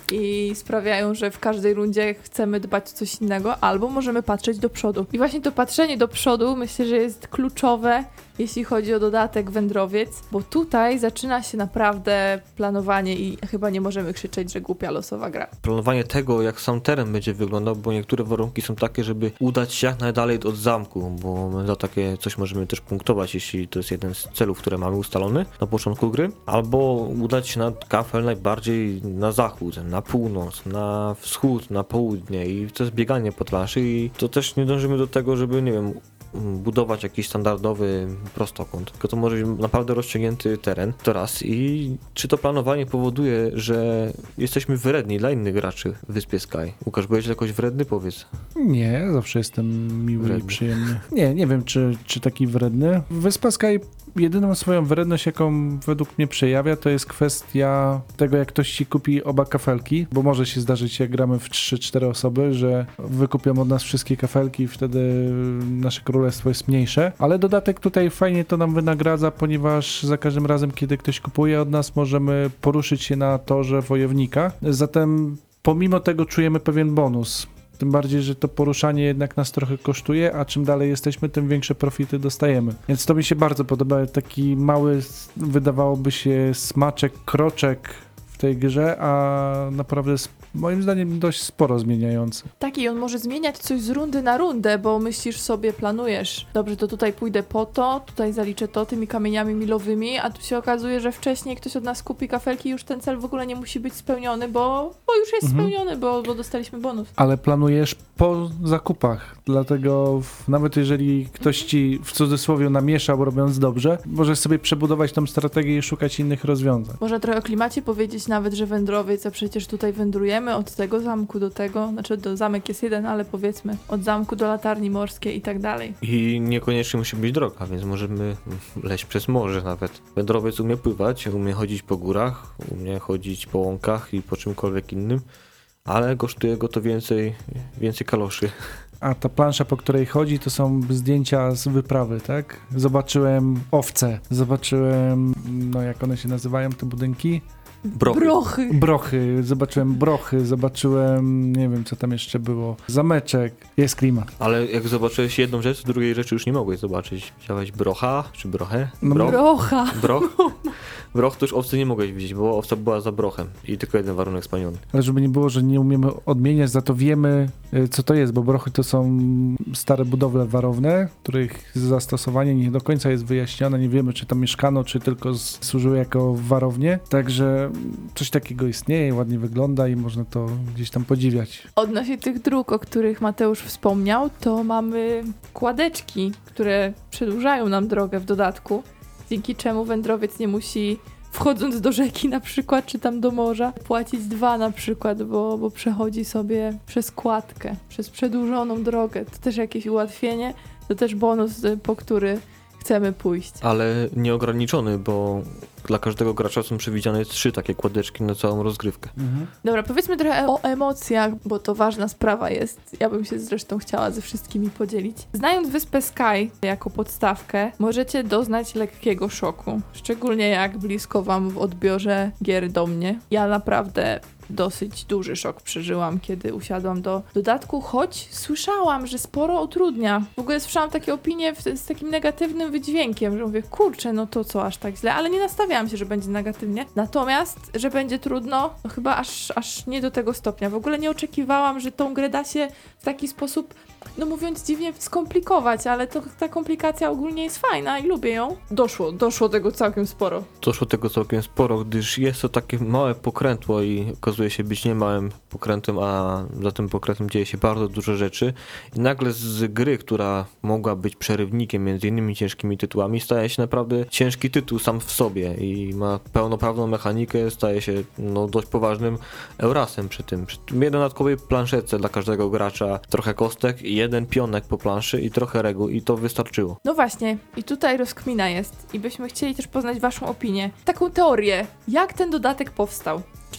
i sprawiają, że w każdej rundzie chcemy dbać o coś innego, albo możemy patrzeć do przodu. I właśnie to patrzenie do przodu myślę, że jest kluczowe, jeśli chodzi o dodatek Wędrowiec, bo tutaj zaczyna się naprawdę planowanie i chyba nie możemy krzyczeć, że głupia losowa gra. Planowanie tego, jak sam teren będzie wyglądał, bo niektóre warunki są takie, żeby udać się jak najdalej od zamku, bo my za takie coś możemy też punktować, jeśli to jest jeden z celów, które mamy ustalony na początku gry, albo udać się na kafel najbardziej na zachód, na północ, na wschód, na południe i to jest bieganie po planszy i to też nie dążymy do tego, żeby, nie wiem, budować jakiś standardowy prostokąt, tylko to może być naprawdę rozciągnięty teren, to raz. I czy to planowanie powoduje, że jesteśmy wredni dla innych graczy w Wyspie Sky? Łukasz, byłeś jakoś wredny? Powiedz. Nie, zawsze jestem miły Wredny. i przyjemny. Nie wiem, czy taki wredny. Wyspa Sky, jedyną swoją wredność, jaką według mnie przejawia, to jest kwestia tego, jak ktoś ci kupi oba kafelki, bo może się zdarzyć, jak gramy w 3-4 osoby, że wykupią od nas wszystkie kafelki i wtedy nasze królestwo jest mniejsze, ale dodatek tutaj fajnie to nam wynagradza, ponieważ za każdym razem, kiedy ktoś kupuje od nas, możemy poruszyć się na torze wojownika, zatem pomimo tego czujemy pewien bonus. Tym bardziej, że to poruszanie jednak nas trochę kosztuje, a czym dalej jesteśmy, tym większe profity dostajemy. Więc to mi się bardzo podoba. Taki mały, wydawałoby się, smaczek, kroczek w tej grze, a naprawdę moim zdaniem dość sporo zmieniający. Tak, i on może zmieniać coś z rundy na rundę, bo myślisz sobie, planujesz, dobrze, to tutaj pójdę po to, tutaj zaliczę to tymi kamieniami milowymi, a tu się okazuje, że wcześniej ktoś od nas kupi kafelki i już ten cel w ogóle nie musi być spełniony, bo już jest spełniony, bo dostaliśmy bonus. Ale planujesz po zakupach, dlatego nawet jeżeli ktoś ci w cudzysłowie namieszał, robiąc dobrze, możesz sobie przebudować tą strategię i szukać innych rozwiązań. Można trochę o klimacie powiedzieć nawet, że wędrowiec, a przecież tutaj wędrujemy od tego zamku do tego, znaczy zamek jest jeden, ale powiedzmy od zamku do latarni morskiej i tak dalej. I niekoniecznie musi być droga, więc możemy leźć przez morze nawet. Wędrowiec umie pływać, umie chodzić po górach, umie chodzić po łąkach i po czymkolwiek innym, ale kosztuje go to więcej kaloszy. A ta plansza, po której chodzi, to są zdjęcia z wyprawy, tak? Zobaczyłem owce, zobaczyłem, no jak one się nazywają, te budynki? Brochy. Brochy, zobaczyłem, nie wiem co tam jeszcze było, zameczek, jest klimat. Ale jak zobaczyłeś jedną rzecz, drugiej rzeczy już nie mogłeś zobaczyć. Widziałeś brocha, czy brochę? No, Brocha! Broch? Broch to już owcy nie mogłeś widzieć, bo owca była za brochem i tylko jeden warunek spełniony. Ale żeby nie było, że nie umiemy odmieniać, za to wiemy co to jest, bo brochy to są stare budowle warowne, których zastosowanie nie do końca jest wyjaśnione, nie wiemy czy tam mieszkano, czy tylko służyły jako warownie, także coś takiego istnieje, ładnie wygląda i można to gdzieś tam podziwiać. Odnośnie tych dróg, o których Mateusz wspomniał, to mamy kładeczki, które przedłużają nam drogę w dodatku, dzięki czemu wędrowiec nie musi, wchodząc do rzeki na przykład, czy tam do morza, płacić 2 na przykład, bo przechodzi sobie przez kładkę, przez przedłużoną drogę. To też jakieś ułatwienie, to też bonus, po który chcemy pójść. Ale nieograniczony, bo dla każdego gracza są przewidziane 3 takie kładeczki na całą rozgrywkę. Dobra, powiedzmy trochę o emocjach, bo to ważna sprawa jest. Ja bym się zresztą chciała ze wszystkimi podzielić. Znając wyspę Sky jako podstawkę, możecie doznać lekkiego szoku. Szczególnie jak blisko wam w odbiorze gier do mnie. Ja naprawdę dosyć duży szok przeżyłam, kiedy usiadłam do dodatku, choć słyszałam, że sporo utrudnia. W ogóle słyszałam takie opinie z takim negatywnym wydźwiękiem, że mówię, kurczę, no to co, aż tak źle, ale nie nastawiałam się, że będzie negatywnie. Natomiast, że będzie trudno, no chyba aż nie do tego stopnia. W ogóle nie oczekiwałam, że tą grę da się w taki sposób, no mówiąc dziwnie, skomplikować, ale ta komplikacja ogólnie jest fajna i lubię ją. Doszło tego całkiem sporo. Doszło tego całkiem sporo, gdyż jest to takie małe pokrętło i okazuje się być nie małym pokrętem, a za tym pokrętem dzieje się bardzo dużo rzeczy. I nagle z gry, która mogła być przerywnikiem między innymi ciężkimi tytułami, staje się naprawdę ciężki tytuł sam w sobie i ma pełnoprawną mechanikę, staje się dość poważnym Eurasem przy tym jednej dodatkowej planszetce dla każdego gracza, trochę kostek, jeden pionek po planszy i trochę reguł i to wystarczyło. No właśnie, i tutaj rozkmina jest i byśmy chcieli też poznać waszą opinię. Taką teorię, jak ten dodatek powstał. Czy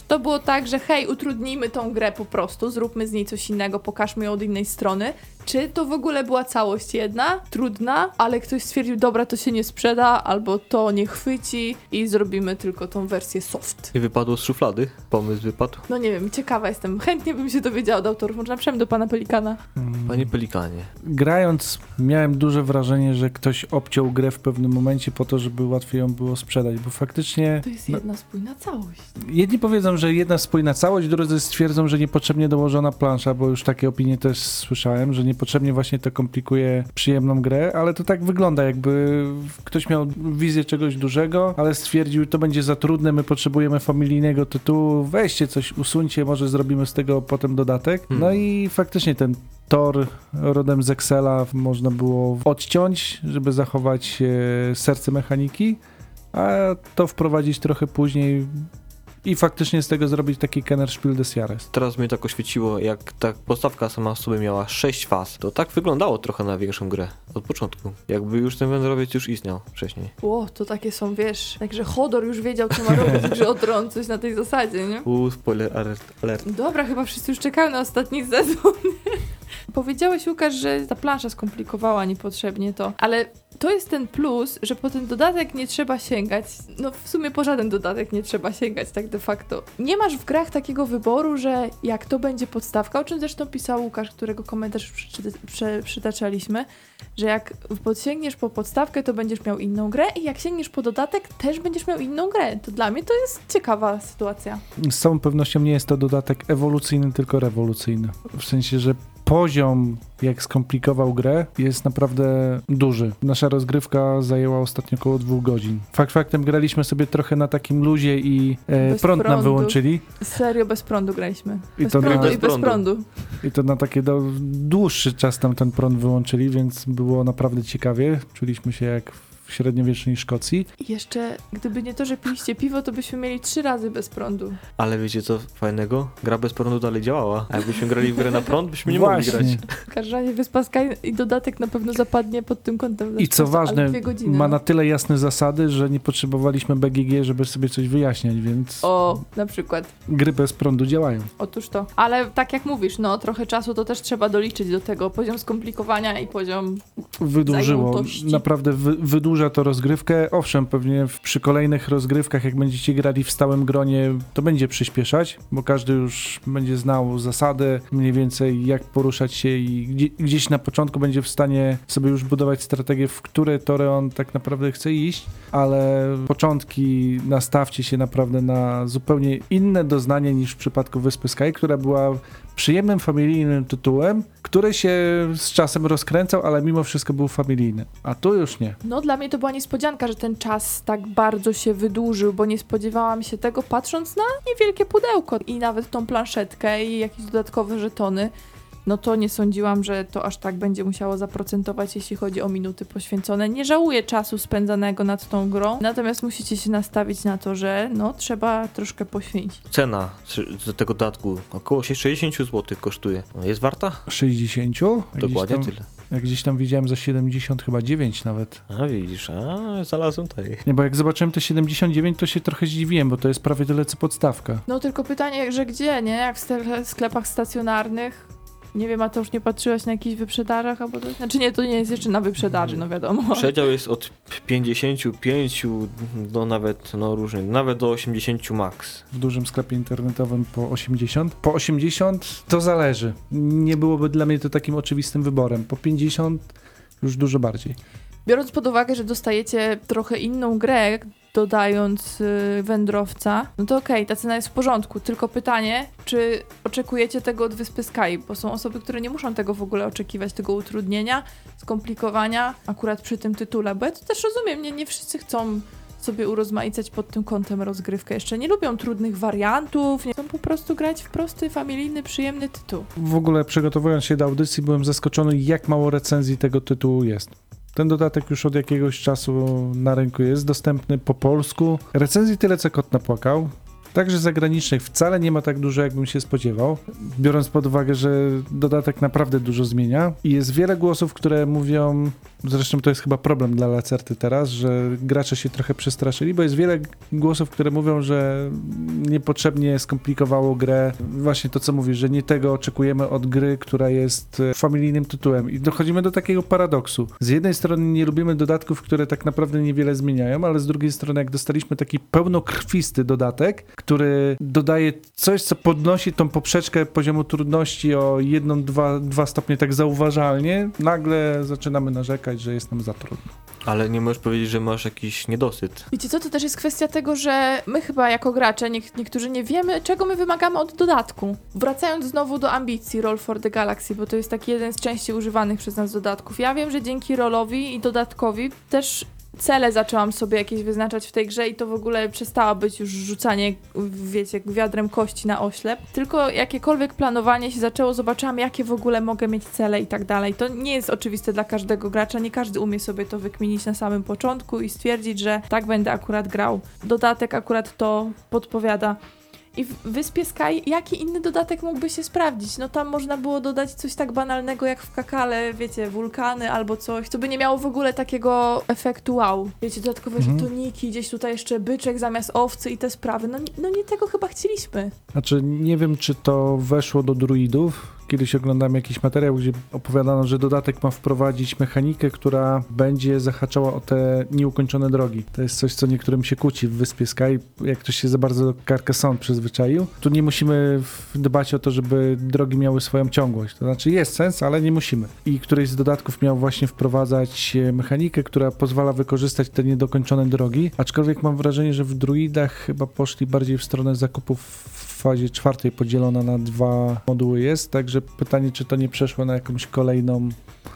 to było tak, że hej, utrudnijmy tą grę po prostu, zróbmy z niej coś innego, pokażmy ją od innej strony. Czy to w ogóle była całość jedna, trudna, ale ktoś stwierdził, dobra, to się nie sprzeda, albo to nie chwyci i zrobimy tylko tą wersję soft. I wypadło z szuflady? Pomysł wypadł? No nie wiem, ciekawa jestem. Chętnie bym się dowiedziała od autorów. Może napiszemy do pana Pelikana. Panie Pelikanie. Grając miałem duże wrażenie, że ktoś obciął grę w pewnym momencie po to, żeby łatwiej ją było sprzedać, bo faktycznie... To jest jedna spójna całość. Jedni powiedzą, że jedna spójna całość, drudzy stwierdzą, że niepotrzebnie dołożona plansza, bo już takie opinie też słyszałem, że niepotrzebnie właśnie to komplikuje przyjemną grę, ale to tak wygląda, jakby ktoś miał wizję czegoś dużego, ale stwierdził, to będzie za trudne, my potrzebujemy familijnego tytułu, weźcie coś, usuńcie, może zrobimy z tego potem dodatek. No i faktycznie ten tor rodem z Excela można było odciąć, żeby zachować serce mechaniki, a to wprowadzić trochę później i faktycznie z tego zrobić taki Kennerspiel des Jahres. Teraz mnie tak oświeciło, jak ta podstawka sama w sobie miała 6 faz. To tak wyglądało trochę na większą grę. Od początku. Jakby już ten wędrowiec już istniał wcześniej. O, to takie są, wiesz, także Hodor już wiedział, co ma robić w grze o Tron, coś na tej zasadzie, nie? Spoiler alert. Dobra, chyba wszyscy już czekają na ostatni sezon. Powiedziałeś, Łukasz, że ta plansza skomplikowała niepotrzebnie to, ale to jest ten plus, że po ten dodatek nie trzeba sięgać. No w sumie po żaden dodatek nie trzeba sięgać, tak de facto. Nie masz w grach takiego wyboru, że jak to będzie podstawka, o czym zresztą pisał Łukasz, którego komentarz przytaczaliśmy, że jak sięgniesz po podstawkę, to będziesz miał inną grę i jak sięgniesz po dodatek, też będziesz miał inną grę. To dla mnie to jest ciekawa sytuacja. Z całą pewnością nie jest to dodatek ewolucyjny, tylko rewolucyjny. W sensie, że poziom, jak skomplikował grę, jest naprawdę duży. Nasza rozgrywka zajęła ostatnio około 2 godzin. Faktem graliśmy sobie trochę na takim luzie i prąd nam prądu. wyłączyli. Serio, bez prądu graliśmy. I Bez to prądu na- i bez prądu. I to na takie dłuższy czas tam ten prąd wyłączyli, więc było naprawdę ciekawie. Czuliśmy się jak w średniowiecznej Szkocji. I jeszcze, gdyby nie to, że piliście piwo, to byśmy mieli 3 razy bez prądu. Ale wiecie co fajnego? Gra bez prądu dalej działała. A jakbyśmy grali w grę na prąd, byśmy nie mogli grać. Każdanie Wyspa Sky i dodatek na pewno zapadnie pod tym kątem. I co ważne, ale 2 godziny, ma no. na tyle jasne zasady, że nie potrzebowaliśmy BGG, żeby sobie coś wyjaśniać, więc O, na przykład. gry bez prądu działają. Otóż to. Ale tak jak mówisz, no trochę czasu to też trzeba doliczyć do tego. Poziom skomplikowania i poziom... Wydłużyło. Zajętości. Naprawdę wydłuża to rozgrywkę. Owszem, pewnie przy kolejnych rozgrywkach, jak będziecie grali w stałym gronie, to będzie przyspieszać, bo każdy już będzie znał zasady, mniej więcej jak poruszać się i gdzieś na początku będzie w stanie sobie już budować strategię, w które tory on tak naprawdę chce iść, ale początki nastawcie się naprawdę na zupełnie inne doznanie niż w przypadku Wyspy Sky, która była przyjemnym, familijnym tytułem, który się z czasem rozkręcał, ale mimo wszystko był familijny. A tu już nie. No dla mnie to była niespodzianka, że ten czas tak bardzo się wydłużył, bo nie spodziewałam się tego, patrząc na niewielkie pudełko i nawet tą planszetkę i jakieś dodatkowe żetony. No to nie sądziłam, że to aż tak będzie musiało zaprocentować, jeśli chodzi o minuty poświęcone. Nie żałuję czasu spędzanego nad tą grą, natomiast musicie się nastawić na to, że no trzeba troszkę poświęcić. Cena tego dodatku około 60 zł kosztuje. Jest warta? 60? Dokładnie tam, tyle. Jak gdzieś tam widziałem za 70, chyba 9 nawet. A widzisz, znalazłem tutaj. Nie, bo jak zobaczyłem te 79, to się trochę zdziwiłem, bo to jest prawie tyle co podstawka. No tylko pytanie, że gdzie, nie? Jak w sklepach stacjonarnych? Nie wiem, a to już nie patrzyłaś na jakichś wyprzedażach? Albo to... Znaczy nie, to nie jest jeszcze na wyprzedaży, no wiadomo. Przedział jest od 55 do nawet, no różnie, nawet do 80 max. W dużym sklepie internetowym po 80. Po 80 to zależy. Nie byłoby dla mnie to takim oczywistym wyborem. Po 50 już dużo bardziej. Biorąc pod uwagę, że dostajecie trochę inną grę, dodając wędrowca, no to okej, ta cena jest w porządku. Tylko pytanie, czy oczekujecie tego od Wyspy Sky? Bo są osoby, które nie muszą tego w ogóle oczekiwać, tego utrudnienia, skomplikowania akurat przy tym tytule. Bo ja to też rozumiem, nie wszyscy chcą sobie urozmaicać pod tym kątem rozgrywkę. Jeszcze nie lubią trudnych wariantów, nie chcą po prostu grać w prosty, familijny, przyjemny tytuł. W ogóle przygotowując się do audycji byłem zaskoczony, jak mało recenzji tego tytułu jest. Ten dodatek już od jakiegoś czasu na rynku jest dostępny po polsku. Recenzji tyle, co kot napłakał. Także zagranicznych wcale nie ma tak dużo, jakbym się spodziewał, biorąc pod uwagę, że dodatek naprawdę dużo zmienia. I jest wiele głosów, które mówią, Zresztą to jest chyba problem dla Lacerty teraz, że gracze się trochę przestraszyli, bo jest wiele głosów, które mówią, że niepotrzebnie skomplikowało grę. Właśnie to, co mówisz, że nie tego oczekujemy od gry, która jest familijnym tytułem. I dochodzimy do takiego paradoksu. Z jednej strony nie lubimy dodatków, które tak naprawdę niewiele zmieniają, ale z drugiej strony jak dostaliśmy taki pełnokrwisty dodatek, który dodaje coś, co podnosi tą poprzeczkę poziomu trudności o 1-2 stopnie tak zauważalnie, nagle zaczynamy narzekać, że jest nam za trudno. Ale nie możesz powiedzieć, że masz jakiś niedosyt. Wiecie co, to też jest kwestia tego, że my chyba jako gracze, niektórzy nie wiemy, czego my wymagamy od dodatku. Wracając znowu do ambicji Roll for the Galaxy, bo to jest taki jeden z częściej używanych przez nas dodatków. Ja wiem, że dzięki rollowi i dodatkowi też cele zaczęłam sobie jakieś wyznaczać w tej grze i to w ogóle przestało być już rzucanie, wiecie, wiadrem kości na oślep. Tylko jakiekolwiek planowanie się zaczęło, zobaczyłam, jakie w ogóle mogę mieć cele i tak dalej. To nie jest oczywiste dla każdego gracza, nie każdy umie sobie to wykminić na samym początku i stwierdzić, że tak będę akurat grał. Dodatek akurat to podpowiada. I w Wyspie Sky, jaki inny dodatek mógłby się sprawdzić? No tam można było dodać coś tak banalnego jak w Kakale, wiecie, wulkany albo coś, co by nie miało w ogóle takiego efektu wow. Wiecie, dodatkowe żetoniki, gdzieś tutaj jeszcze byczek zamiast owcy i te sprawy. No nie tego chyba chcieliśmy. Znaczy, nie wiem, czy to weszło do druidów. Kiedyś oglądałem jakiś materiał, gdzie opowiadano, że dodatek ma wprowadzić mechanikę, która będzie zahaczała o te nieukończone drogi. To jest coś, co niektórym się kłóci w Wyspie Sky, jak ktoś się za bardzo do Carcassonne przyzwyczaił. Tu nie musimy dbać o to, żeby drogi miały swoją ciągłość. To znaczy jest sens, ale nie musimy. I któryś z dodatków miał właśnie wprowadzać mechanikę, która pozwala wykorzystać te niedokończone drogi, aczkolwiek mam wrażenie, że w druidach chyba poszli bardziej w stronę zakupów w fazie 4 podzielona na 2 moduły jest, także pytanie, czy to nie przeszło na jakąś kolejną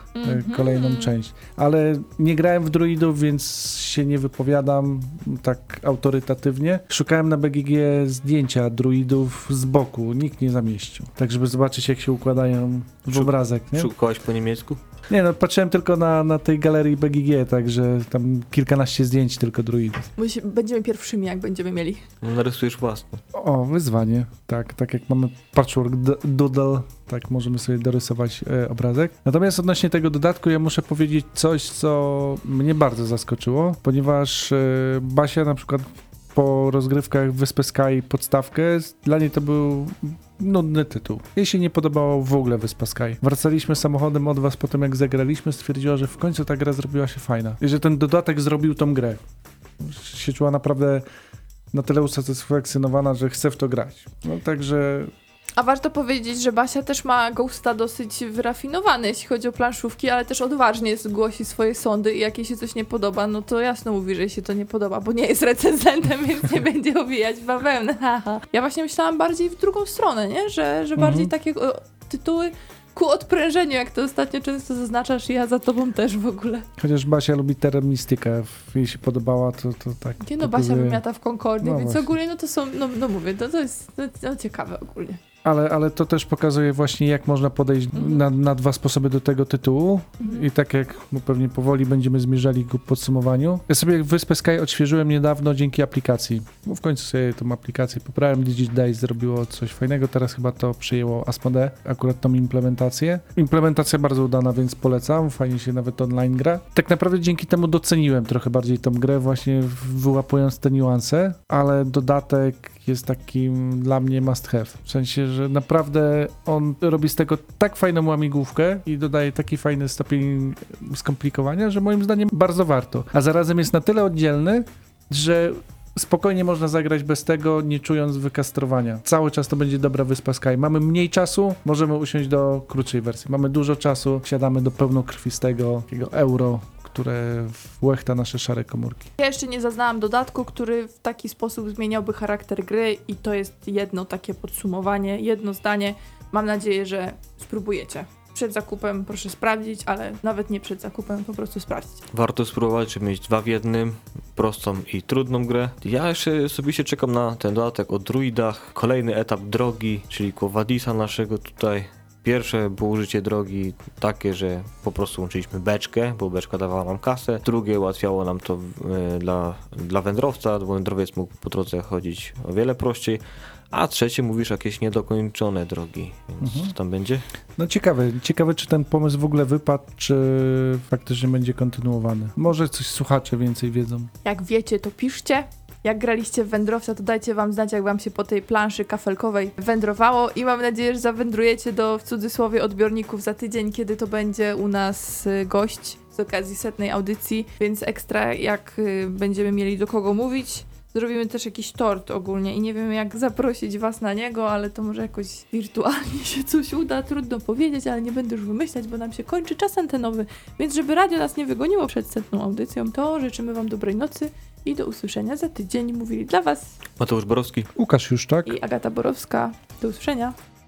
część. Ale nie grałem w druidów, więc się nie wypowiadam tak autorytatywnie. Szukałem na BGG zdjęcia druidów z boku, nikt nie zamieścił. Tak, żeby zobaczyć, jak się układają w obrazek, nie? Szukałeś po niemiecku? Nie, no patrzyłem tylko na tej galerii BGG, także tam kilkanaście zdjęć tylko druidów. Będziemy pierwszymi, jak będziemy mieli. No, narysujesz własne. O, wyzwanie. Tak jak mamy patchwork doodle, tak możemy sobie dorysować obrazek. Natomiast odnośnie tego dodatku ja muszę powiedzieć coś, co mnie bardzo zaskoczyło, ponieważ Basia na przykład po rozgrywkach w Wyspę Sky podstawkę, dla niej to był nudny tytuł. Jej się nie podobało w ogóle Wyspa Sky. Wracaliśmy samochodem od was potem, jak zagraliśmy, stwierdziła, że w końcu ta gra zrobiła się fajna. I że ten dodatek zrobił tą grę. Się czuła naprawdę na tyle usatysfakcjonowana, że chce w to grać. No także... A warto powiedzieć, że Basia też ma Ghosta dosyć wyrafinowany, jeśli chodzi o planszówki, ale też odważnie zgłosi swoje sądy i jak jej się coś nie podoba, no to jasno mówi, że jej się to nie podoba, bo nie jest recenzentem, więc nie będzie owijać bawełny. Ja właśnie myślałam bardziej w drugą stronę, nie? Że bardziej takie tytuły ku odprężeniu, jak to ostatnio często zaznaczasz i ja za tobą też w ogóle. Chociaż Basia lubi Terra Mystica, jej się podobała, to tak. Nie no, Basia wymiata w Concordzie, No więc właśnie. ogólnie no to są, no mówię, to jest ciekawe ogólnie. Ale to też pokazuje właśnie, jak można podejść na 2 sposoby do tego tytułu. I tak jak bo pewnie powoli będziemy zmierzali ku podsumowaniu. Ja sobie Wyspę Sky odświeżyłem niedawno dzięki aplikacji. Bo w końcu sobie tą aplikację poprawiłem. Digidice zrobiło coś fajnego. Teraz chyba to przyjęło Asmodee, akurat tą implementację. Implementacja bardzo udana, więc polecam. Fajnie się nawet online gra. Tak naprawdę dzięki temu doceniłem trochę bardziej tą grę, właśnie wyłapując te niuanse, ale dodatek jest takim dla mnie must have. W sensie, że naprawdę on robi z tego tak fajną łamigłówkę i dodaje taki fajny stopień skomplikowania, że moim zdaniem bardzo warto. A zarazem jest na tyle oddzielny, że spokojnie można zagrać bez tego, nie czując wykastrowania. Cały czas to będzie dobra Wyspa Sky. Mamy mniej czasu, możemy usiąść do krótszej wersji. Mamy dużo czasu, siadamy do pełnokrwistego takiego euro, które łechta nasze szare komórki. Ja jeszcze nie zaznałam dodatku, który w taki sposób zmieniałby charakter gry i to jest jedno takie podsumowanie, jedno zdanie. Mam nadzieję, że spróbujecie. Przed zakupem proszę sprawdzić, ale nawet nie przed zakupem, po prostu sprawdźcie. Warto spróbować, żeby mieć 2 w 1, prostą i trudną grę. Ja jeszcze osobiście czekam na ten dodatek o druidach, kolejny etap drogi, czyli Quo Vadisa naszego tutaj Pierwsze było użycie drogi takie, że po prostu łączyliśmy beczkę, bo beczka dawała nam kasę. Drugie ułatwiało nam to dla wędrowca, bo wędrowiec mógł po drodze chodzić o wiele prościej. A trzecie mówisz jakieś niedokończone drogi, więc co tam będzie? No ciekawe czy ten pomysł w ogóle wypadł, czy faktycznie będzie kontynuowany. Może coś słuchacze więcej wiedzą. Jak wiecie, to piszcie. Jak graliście w wędrowca, to dajcie wam znać, jak wam się po tej planszy kafelkowej wędrowało i mam nadzieję, że zawędrujecie do, w cudzysłowie, odbiorników za tydzień, kiedy to będzie u nas gość z okazji 100. audycji, więc ekstra jak będziemy mieli do kogo mówić. Zrobimy też jakiś tort ogólnie i nie wiem, jak zaprosić was na niego, ale to może jakoś wirtualnie się coś uda, trudno powiedzieć, ale nie będę już wymyślać, bo nam się kończy czas antenowy, więc żeby radio nas nie wygoniło przed 100. audycją, to życzymy wam dobrej nocy i do usłyszenia za tydzień. Mówili dla was Mateusz Borowski. Łukasz Juszczak. i Agata Borowska. Do usłyszenia.